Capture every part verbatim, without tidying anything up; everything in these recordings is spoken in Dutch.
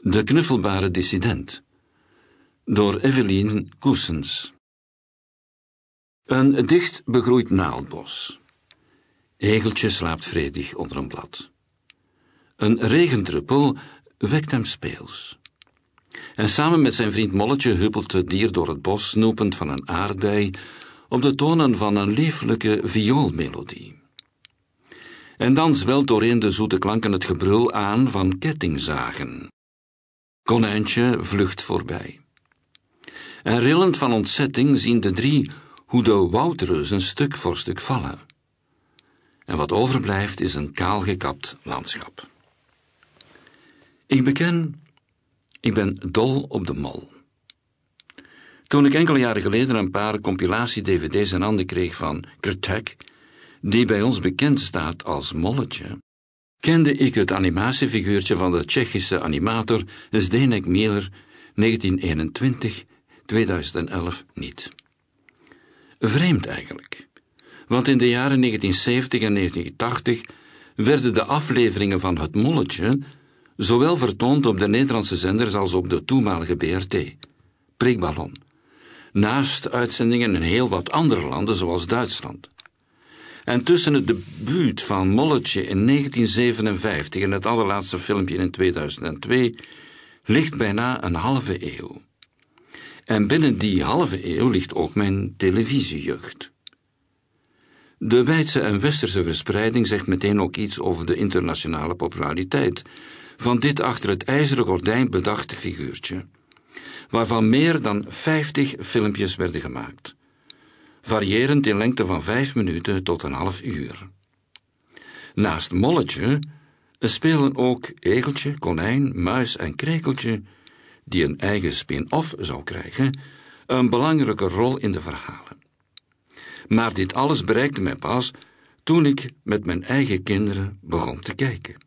De knuffelbare dissident door Evelien Goossens. Een dicht begroeid naaldbos. Egeltje slaapt vredig onder een blad. Een regendruppel wekt hem speels. En samen met zijn vriend Molletje huppelt het dier door het bos, snoepend van een aardbei, op de tonen van een lieflijke vioolmelodie. En dan zwelt doorheen de zoete klanken het gebrul aan van kettingzagen. Konijntje vlucht voorbij. En rillend van ontzetting zien de drie hoe de woudreuzen stuk voor stuk vallen. En wat overblijft is een kaalgekapt landschap. Ik beken, ik ben dol op de mol. Toen ik enkele jaren geleden een paar compilatie-D V D's in handen kreeg van Krtek, die bij ons bekend staat als Molletje, kende ik het animatiefiguurtje van de Tsjechische animator Zdeněk Míler negentien eenentwintig tot tweeduizend elf niet. Vreemd eigenlijk, want in de jaren negentien zeventig en negentien tachtig werden de afleveringen van Het Molletje zowel vertoond op de Nederlandse zenders als op de toenmalige B R T, Prikballon, naast uitzendingen in heel wat andere landen zoals Duitsland. En tussen het debuut van Molletje in negentien zevenenvijftig en het allerlaatste filmpje in tweeduizend twee ligt bijna een halve eeuw. En binnen die halve eeuw ligt ook mijn televisiejeugd. De wijdse en westerse verspreiding zegt meteen ook iets over de internationale populariteit van dit achter het ijzeren gordijn bedachte figuurtje, waarvan meer dan vijftig filmpjes werden gemaakt, variërend in lengte van vijf minuten tot een half uur. Naast Molletje spelen ook Egeltje, Konijn, Muis en Krekeltje, die een eigen spin-off zou krijgen, een belangrijke rol in de verhalen. Maar dit alles bereikte mij pas toen ik met mijn eigen kinderen begon te kijken.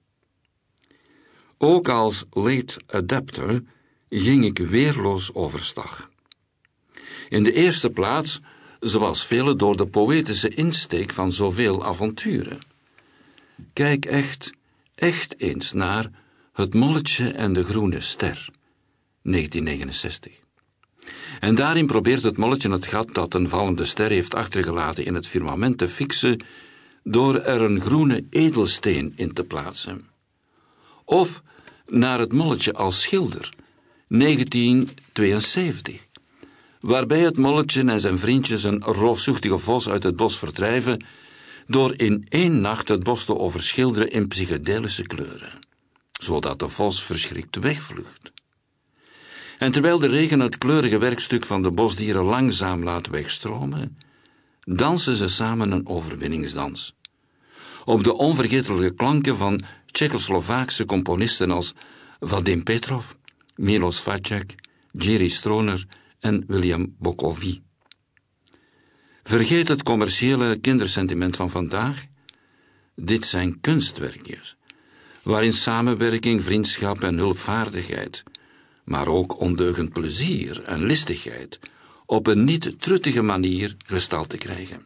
Ook als late adapter ging ik weerloos overstag. In de eerste plaats, zoals velen, door de poëtische insteek van zoveel avonturen. Kijk echt, echt eens naar Het Molletje en de Groene Ster, negentien negenenzestig. En daarin probeert het molletje het gat dat een vallende ster heeft achtergelaten in het firmament te fixen door er een groene edelsteen in te plaatsen. Of naar Het Molletje als schilder, negentien tweeënzeventig, waarbij het molletje en zijn vriendjes een roofzuchtige vos uit het bos verdrijven door in één nacht het bos te overschilderen in psychedelische kleuren, zodat de vos verschrikt wegvlucht. En terwijl de regen het kleurige werkstuk van de bosdieren langzaam laat wegstromen, dansen ze samen een overwinningsdans. Op de onvergetelijke klanken van Tsjechoslovaakse componisten als Vadim Petrov, Milos Vacek, Jiří Stroner en William Bokovi. Vergeet het commerciële kindersentiment van vandaag. Dit zijn kunstwerkjes, waarin samenwerking, vriendschap en hulpvaardigheid, maar ook ondeugend plezier en listigheid op een niet truttige manier gestalte krijgen.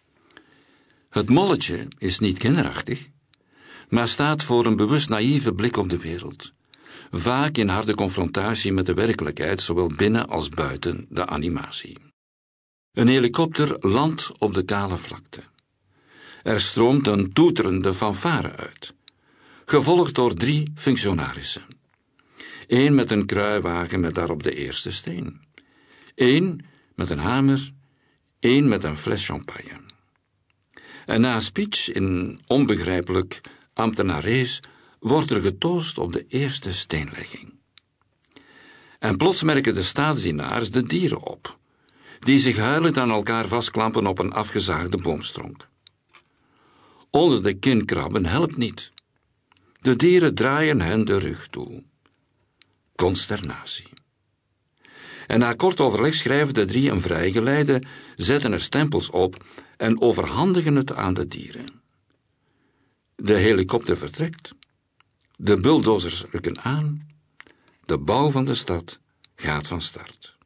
Het molletje is niet kinderachtig, maar staat voor een bewust naïeve blik op de wereld, vaak in harde confrontatie met de werkelijkheid, zowel binnen als buiten de animatie. Een helikopter landt op de kale vlakte. Er stroomt een toeterende fanfare uit, gevolgd door drie functionarissen. Eén met een kruiwagen met daarop de eerste steen. Eén met een hamer, één met een fles champagne. En na een speech in onbegrijpelijk ambtenarees wordt er getoost op de eerste steenlegging. En plots merken de staatsdienaars de dieren op, die zich huilend aan elkaar vastklampen op een afgezaagde boomstronk. Onder de kin krabben helpt niet. De dieren draaien hen de rug toe. Consternatie. En na kort overleg schrijven de drie een vrijgeleide, zetten er stempels op en overhandigen het aan de dieren. De helikopter vertrekt, de bulldozers rukken aan, de bouw van de stad gaat van start.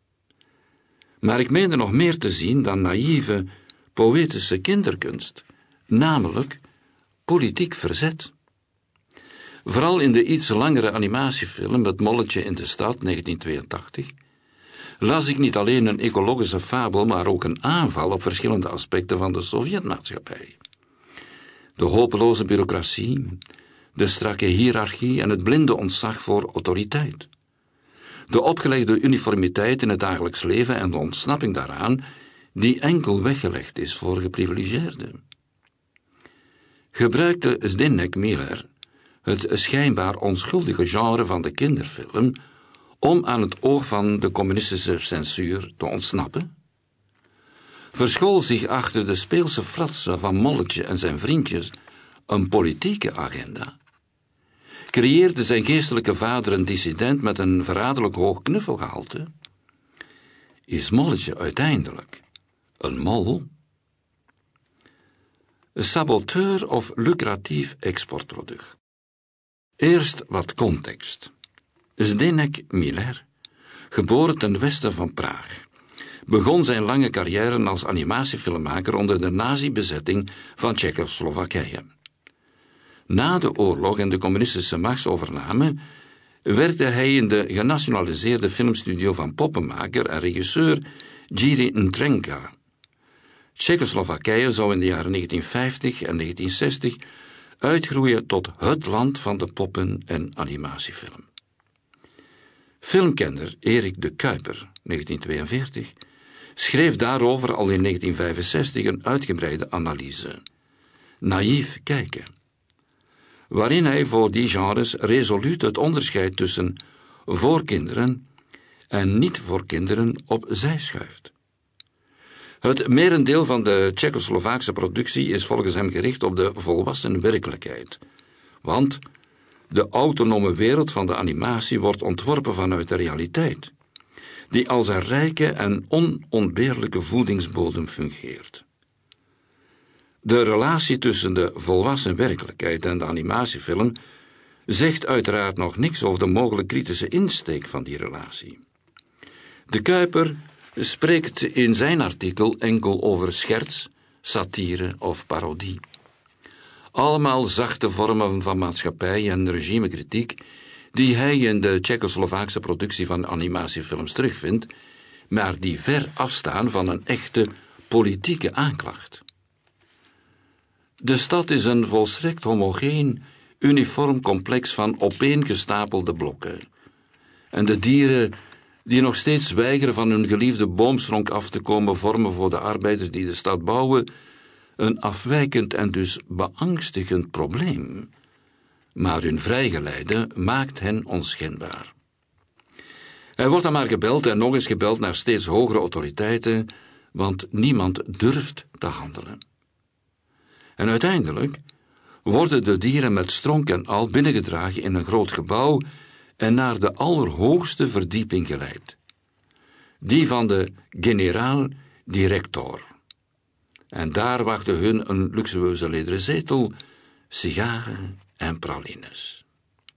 Maar ik meende nog meer te zien dan naïeve, poëtische kinderkunst, namelijk politiek verzet. Vooral in de iets langere animatiefilm Het Molletje in de Stad, negentien tweeëntachtig, las ik niet alleen een ecologische fabel, maar ook een aanval op verschillende aspecten van de Sovjetmaatschappij. De hopeloze bureaucratie, de strakke hiërarchie en het blinde ontzag voor autoriteit. De opgelegde uniformiteit in het dagelijks leven en de ontsnapping daaraan, die enkel weggelegd is voor geprivilegeerden. Gebruikte Zdeněk Miller het schijnbaar onschuldige genre van de kinderfilm om aan het oog van de communistische censuur te ontsnappen? Verschool zich achter de speelse fratsen van Molletje en zijn vriendjes een politieke agenda? Creëerde zijn geestelijke vader een dissident met een verraderlijk hoog knuffelgehalte? Is Molletje uiteindelijk een mol? Een saboteur of lucratief exportproduct? Eerst wat context. Zdeněk Miller, geboren ten westen van Praag, begon zijn lange carrière als animatiefilmmaker onder de nazi-bezetting van Tsjechoslowakije. Na de oorlog en de communistische machtsovername werkte hij in de genationaliseerde filmstudio van poppenmaker en regisseur Jiří Ntrenka. Tsjechoslowakije zou in de jaren negentien vijftig en negentien zestig uitgroeien tot het land van de poppen- en animatiefilm. Filmkenner Erik de Kuyper, negentien tweeënveertig, schreef daarover al in negentien vijfenzestig een uitgebreide analyse, Naïef kijken, waarin hij voor die genres resoluut het onderscheid tussen voor kinderen en niet voor kinderen opzij schuift. Het merendeel van de Tsjechoslowaakse productie is volgens hem gericht op de volwassen werkelijkheid, want de autonome wereld van de animatie wordt ontworpen vanuit de realiteit, die als een rijke en onontbeerlijke voedingsbodem fungeert. De relatie tussen de volwassen werkelijkheid en de animatiefilm zegt uiteraard nog niks over de mogelijk kritische insteek van die relatie. De Kuyper spreekt in zijn artikel enkel over scherts, satire of parodie. Allemaal zachte vormen van maatschappij- en regimekritiek die hij in de Tsjechoslowaakse productie van animatiefilms terugvindt, maar die ver afstaan van een echte politieke aanklacht. De stad is een volstrekt homogeen, uniform complex van opeengestapelde blokken. En de dieren die nog steeds weigeren van hun geliefde boomstronk af te komen, vormen voor de arbeiders die de stad bouwen een afwijkend en dus beangstigend probleem. Maar hun vrijgeleide maakt hen onschendbaar. Er wordt dan maar gebeld en nog eens gebeld naar steeds hogere autoriteiten, want niemand durft te handelen. En uiteindelijk worden de dieren met stronk en al binnengedragen in een groot gebouw en naar de allerhoogste verdieping geleid. Die van de generaal director. En daar wachtte hun een luxueuze lederen zetel, sigaren en pralines.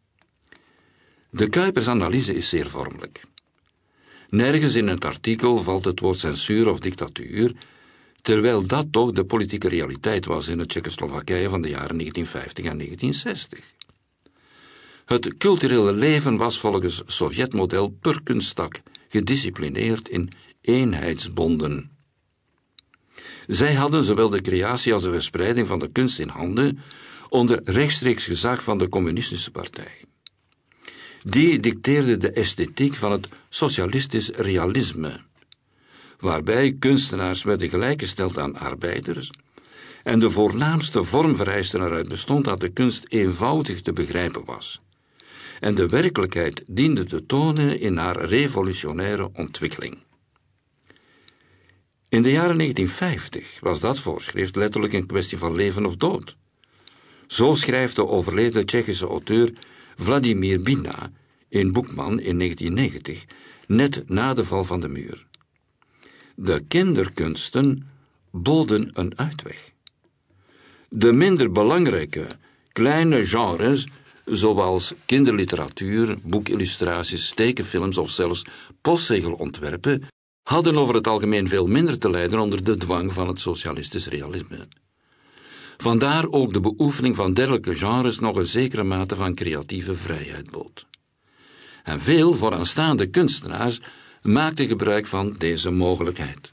De Kuypers analyse is zeer vormelijk. Nergens in het artikel valt het woord censuur of dictatuur, terwijl dat toch de politieke realiteit was in het Tsjechoslowakije van de jaren negentien vijftig en negentien zestig. Het culturele leven was volgens Sovjetmodel per kunststak gedisciplineerd in eenheidsbonden. Zij hadden zowel de creatie als de verspreiding van de kunst in handen onder rechtstreeks gezag van de communistische partij. Die dicteerde de esthetiek van het socialistisch realisme, waarbij kunstenaars werden gelijkgesteld aan arbeiders en de voornaamste vormvereiste eruit bestond dat de kunst eenvoudig te begrijpen was en de werkelijkheid diende te tonen in haar revolutionaire ontwikkeling. In de jaren negentien vijftig was dat voorschrift letterlijk een kwestie van leven of dood. Zo schrijft de overleden Tsjechische auteur Vladimir Bina in Boekman in negentien negentig, net na de val van de muur. De kinderkunsten boden een uitweg. De minder belangrijke, kleine genres, zoals kinderliteratuur, boekillustraties, tekenfilms of zelfs postzegelontwerpen, hadden over het algemeen veel minder te lijden onder de dwang van het socialistisch realisme. Vandaar ook de beoefening van dergelijke genres nog een zekere mate van creatieve vrijheid bood. En veel vooraanstaande kunstenaars maakten gebruik van deze mogelijkheid.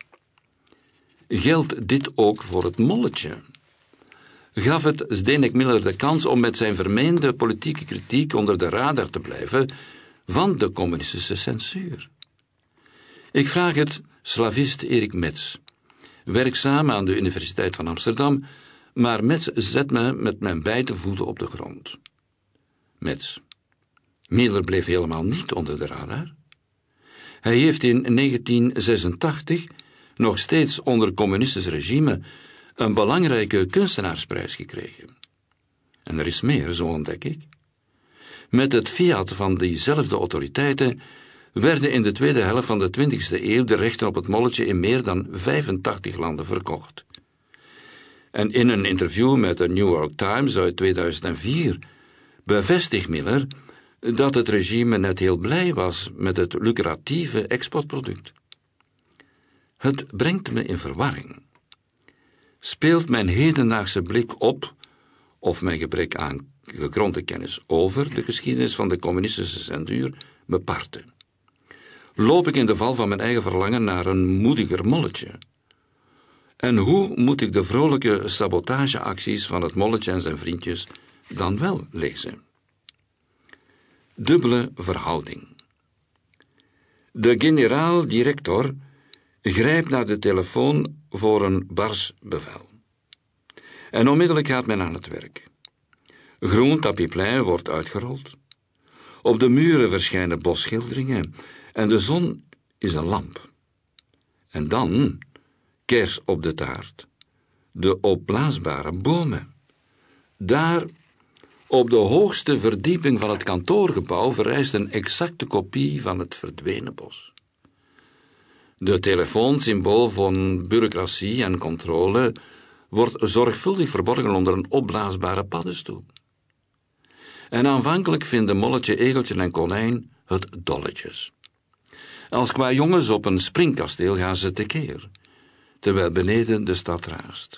Geldt dit ook voor het molletje? Gaf het Zdeněk Miller de kans om met zijn vermeende politieke kritiek onder de radar te blijven van de communistische censuur? Ik vraag het slavist Erik Metz, werkzaam aan de Universiteit van Amsterdam, maar Metz zet me met mijn beide voeten op de grond. Metz. Miller bleef helemaal niet onder de radar. Hij heeft in negentien zesentachtig, nog steeds onder communistisch regime, een belangrijke kunstenaarsprijs gekregen. En er is meer, zo ontdek ik. Met het fiat van diezelfde autoriteiten werden in de tweede helft van de twintigste eeuw de rechten op het molletje in meer dan vijfentachtig landen verkocht. En in een interview met de New York Times uit tweeduizend vier bevestigt Miller dat het regime net heel blij was met het lucratieve exportproduct. Het brengt me in verwarring. Speelt mijn hedendaagse blik op, of mijn gebrek aan gegronde kennis over de geschiedenis van de communistische censuur me parten? Loop ik in de val van mijn eigen verlangen naar een moediger molletje? En hoe moet ik de vrolijke sabotageacties van het molletje en zijn vriendjes dan wel lezen? Dubbele verhouding. De generaal-director grijpt naar de telefoon voor een bars bevel. En onmiddellijk gaat men aan het werk. Groen tapijplein wordt uitgerold. Op de muren verschijnen bosschilderingen en de zon is een lamp. En dan, kers op de taart, de opblaasbare bomen. Daar, op de hoogste verdieping van het kantoorgebouw, verrijst een exacte kopie van het verdwenen bos. De telefoon, symbool van bureaucratie en controle, wordt zorgvuldig verborgen onder een opblaasbare paddenstoel. En aanvankelijk vinden molletje, egeltje en konijn het dolletjes. Als qua jongens op een springkasteel gaan ze tekeer, terwijl beneden de stad raast.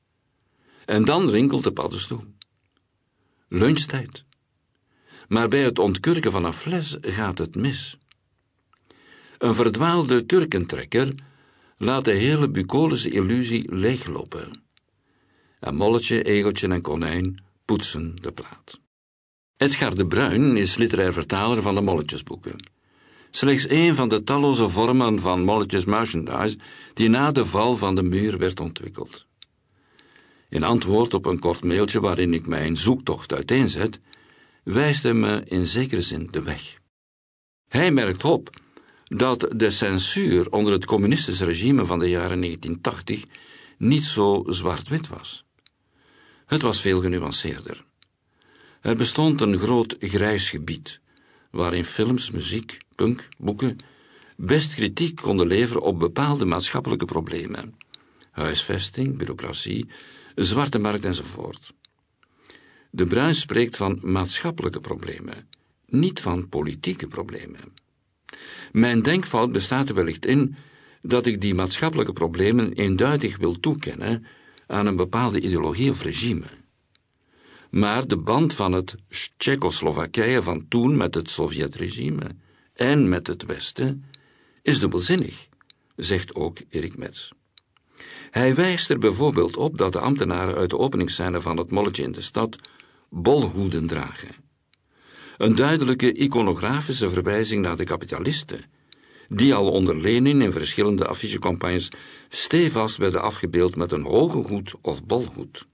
En dan rinkelt de paddenstoel. Lunchtijd. Maar bij het ontkurken van een fles gaat het mis. Een verdwaalde kurkentrekker laat de hele bucolische illusie leeglopen. En molletje, egeltje en konijn poetsen de plaat. Edgar de Bruin is literair vertaler van de molletjesboeken. Slechts één van de talloze vormen van molletjes merchandise die na de val van de muur werd ontwikkeld. In antwoord op een kort mailtje waarin ik mijn zoektocht uiteenzet, wijst hij me in zekere zin de weg. Hij merkt op dat de censuur onder het communistische regime van de jaren negentien tachtig niet zo zwart-wit was. Het was veel genuanceerder. Er bestond een groot grijs gebied, waarin films, muziek, punk, boeken best kritiek konden leveren op bepaalde maatschappelijke problemen. Huisvesting, bureaucratie, zwarte markt enzovoort. De Bruin spreekt van maatschappelijke problemen, niet van politieke problemen. Mijn denkfout bestaat er wellicht in dat ik die maatschappelijke problemen eenduidig wil toekennen aan een bepaalde ideologie of regime. Maar de band van het Tsjechoslowakije van toen met het Sovjetregime en met het Westen is dubbelzinnig, zegt ook Erik Metz. Hij wijst er bijvoorbeeld op dat de ambtenaren uit de openingsscène van het molletje in de stad bolhoeden dragen. Een duidelijke iconografische verwijzing naar de kapitalisten, die al onder Lenin in verschillende affichecampagnes stevast werden afgebeeld met een hoge hoed of bolhoed.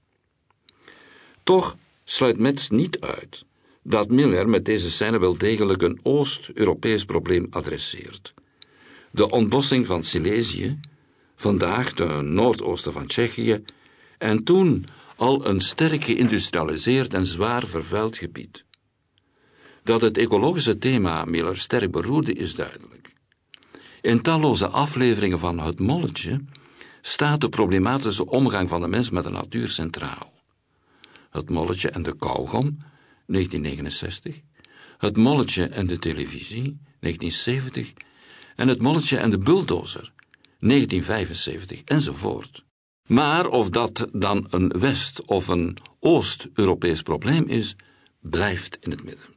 Toch sluit Metz niet uit dat Miller met deze scène wel degelijk een Oost-Europees probleem adresseert. De ontbossing van Silesië, vandaag de noordoosten van Tsjechië, en toen al een sterk geïndustrialiseerd en zwaar vervuild gebied. Dat het ecologische thema Miller sterk beroerde is duidelijk. In talloze afleveringen van Het Molletje staat de problematische omgang van de mens met de natuur centraal. Het Molletje en de kauwgom, negentien negenenzestig, Het Molletje en de televisie, negentien zeventig, en Het Molletje en de bulldozer, negentien vijfenzeventig, enzovoort. Maar of dat dan een West- of een Oost-Europees probleem is, blijft in het midden.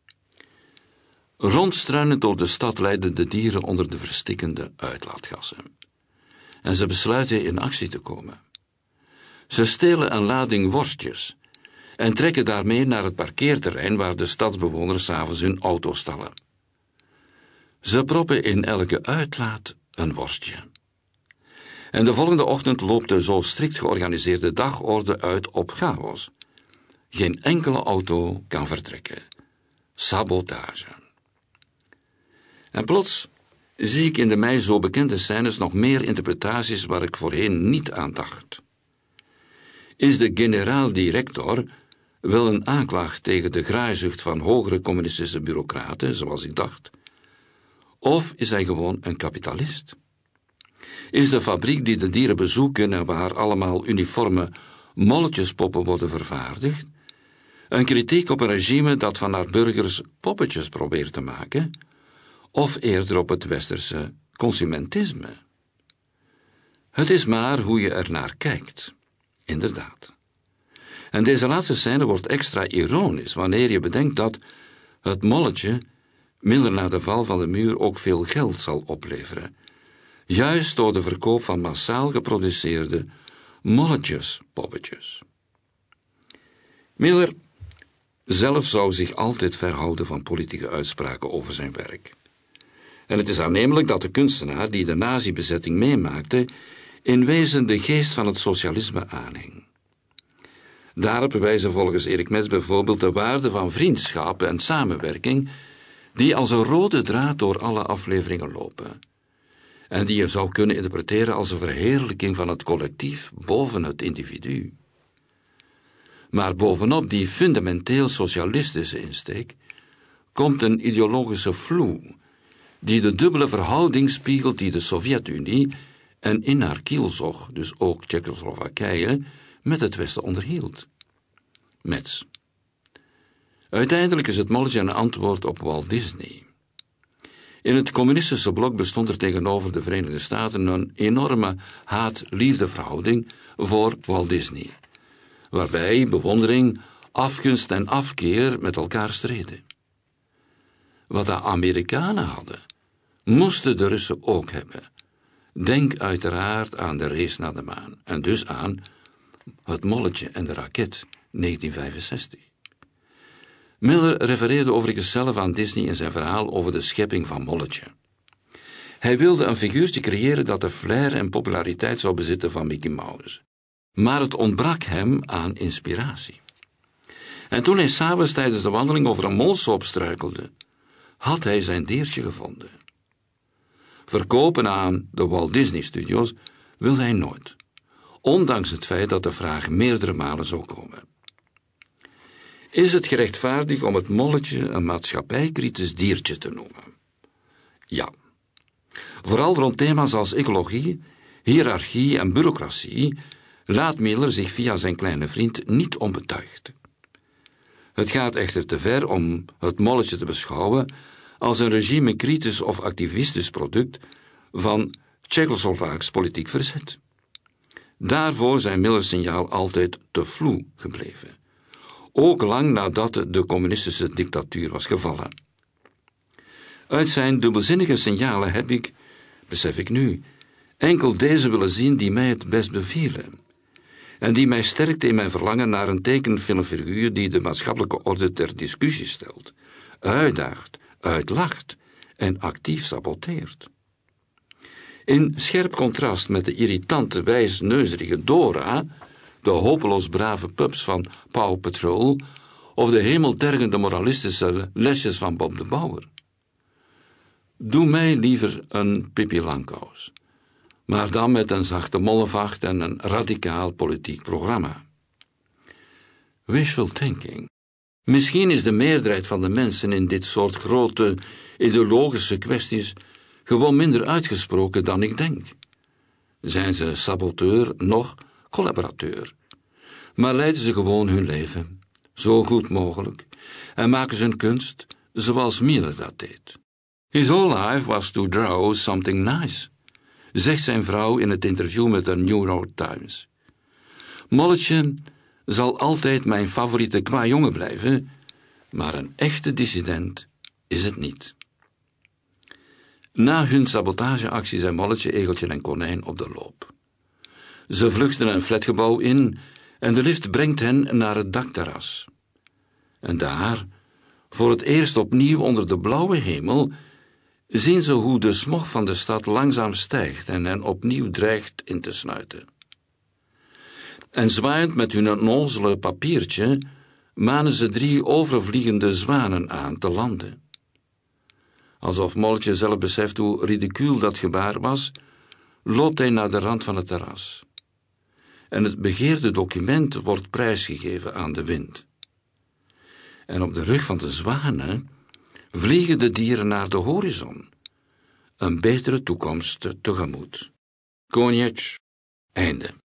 Rondstruinend door de stad leiden de dieren onder de verstikkende uitlaatgassen. En ze besluiten in actie te komen. Ze stelen een lading worstjes en trekken daarmee naar het parkeerterrein waar de stadsbewoners 's avonds hun auto stallen. Ze proppen in elke uitlaat een worstje. En de volgende ochtend loopt de zo strikt georganiseerde dagorde uit op chaos. Geen enkele auto kan vertrekken. Sabotage. En plots zie ik in de mij zo bekende scènes nog meer interpretaties waar ik voorheen niet aan dacht. Is de generaal-director wel een aanklacht tegen de graaizucht van hogere communistische bureaucraten, zoals ik dacht? Of is hij gewoon een kapitalist? Is de fabriek die de dieren bezoeken en waar allemaal uniforme molletjespoppen worden vervaardigd, een kritiek op een regime dat van haar burgers poppetjes probeert te maken, of eerder op het westerse consumentisme? Het is maar hoe je er naar kijkt, inderdaad. En deze laatste scène wordt extra ironisch wanneer je bedenkt dat het molletje minder na de val van de muur ook veel geld zal opleveren, juist door de verkoop van massaal geproduceerde molletjespoppetjes. Miller zelf zou zich altijd verhouden van politieke uitspraken over zijn werk. En het is aannemelijk dat de kunstenaar die de nazi-bezetting meemaakte in wezen de geest van het socialisme aanhing. Daarop wijzen volgens Erik Metz bijvoorbeeld de waarde van vriendschap en samenwerking die als een rode draad door alle afleveringen lopen en die je zou kunnen interpreteren als een verheerlijking van het collectief boven het individu. Maar bovenop die fundamenteel socialistische insteek komt een ideologische vloe die de dubbele verhouding spiegelt die de Sovjet-Unie en in haar kielzog, dus ook Tsjechoslowakije, met het Westen onderhield. Metz. Uiteindelijk is het molletje een antwoord op Walt Disney. In het communistische blok bestond er tegenover de Verenigde Staten een enorme haat-liefdeverhouding voor Walt Disney, waarbij bewondering, afgunst en afkeer met elkaar streden. Wat de Amerikanen hadden, moesten de Russen ook hebben. Denk uiteraard aan de race naar de maan en dus aan het molletje en de raket, negentien vijfenzestig. Miller refereerde overigens zelf aan Disney in zijn verhaal over de schepping van Molletje. Hij wilde een figuurtje creëren dat de flair en populariteit zou bezitten van Mickey Mouse. Maar het ontbrak hem aan inspiratie. En toen hij 's avonds tijdens de wandeling over een molsoop struikelde, had hij zijn diertje gevonden. Verkopen aan de Walt Disney Studios wilde hij nooit, ondanks het feit dat de vraag meerdere malen zou komen. Is het gerechtvaardigd om het molletje een maatschappijkritisch diertje te noemen? Ja. Vooral rond thema's als ecologie, hiërarchie en bureaucratie laat Miller zich via zijn kleine vriend niet onbetuigd. Het gaat echter te ver om het molletje te beschouwen als een regime-kritisch of activistisch product van Tsjechoslowaaks politiek verzet. Daarvoor zijn Millers signaal altijd te vloe gebleven, ook lang nadat de communistische dictatuur was gevallen. Uit zijn dubbelzinnige signalen heb ik, besef ik nu, enkel deze willen zien die mij het best bevielen en die mij sterkte in mijn verlangen naar een tekenfilmfiguur die de maatschappelijke orde ter discussie stelt, uitdaagt, uitlacht en actief saboteert. In scherp contrast met de irritante, wijsneuzerige Dora, de hopeloos brave pups van Paw Patrol of de hemeltergende moralistische lesjes van Bob de Bouwer. Doe mij liever een Pippi Langkous, maar dan met een zachte mollevacht en een radicaal politiek programma. Wishful thinking. Misschien is de meerderheid van de mensen in dit soort grote ideologische kwesties gewoon minder uitgesproken dan ik denk. Zijn ze saboteur, nog collaborateur, maar leiden ze gewoon hun leven, zo goed mogelijk, en maken ze hun kunst zoals Miller dat deed. His whole life was to draw something nice. zegt zijn vrouw in het interview met de New York Times. Molletje zal altijd mijn favoriete kwajongen blijven, maar een echte dissident is het niet. Na hun sabotageactie zijn Molletje, Egeltje en Konijn op de loop. Ze vluchten een flatgebouw in en de lift brengt hen naar het dakterras. En daar, voor het eerst opnieuw onder de blauwe hemel, zien ze hoe de smog van de stad langzaam stijgt en hen opnieuw dreigt in te sluiten. En zwaaiend met hun onnozele papiertje manen ze drie overvliegende zwanen aan te landen. Alsof Molletje zelf beseft hoe ridicuul dat gebaar was, loopt hij naar de rand van het terras. En het begeerde document wordt prijsgegeven aan de wind. En op de rug van de zwanen vliegen de dieren naar de horizon, een betere toekomst tegemoet. Koniec, einde.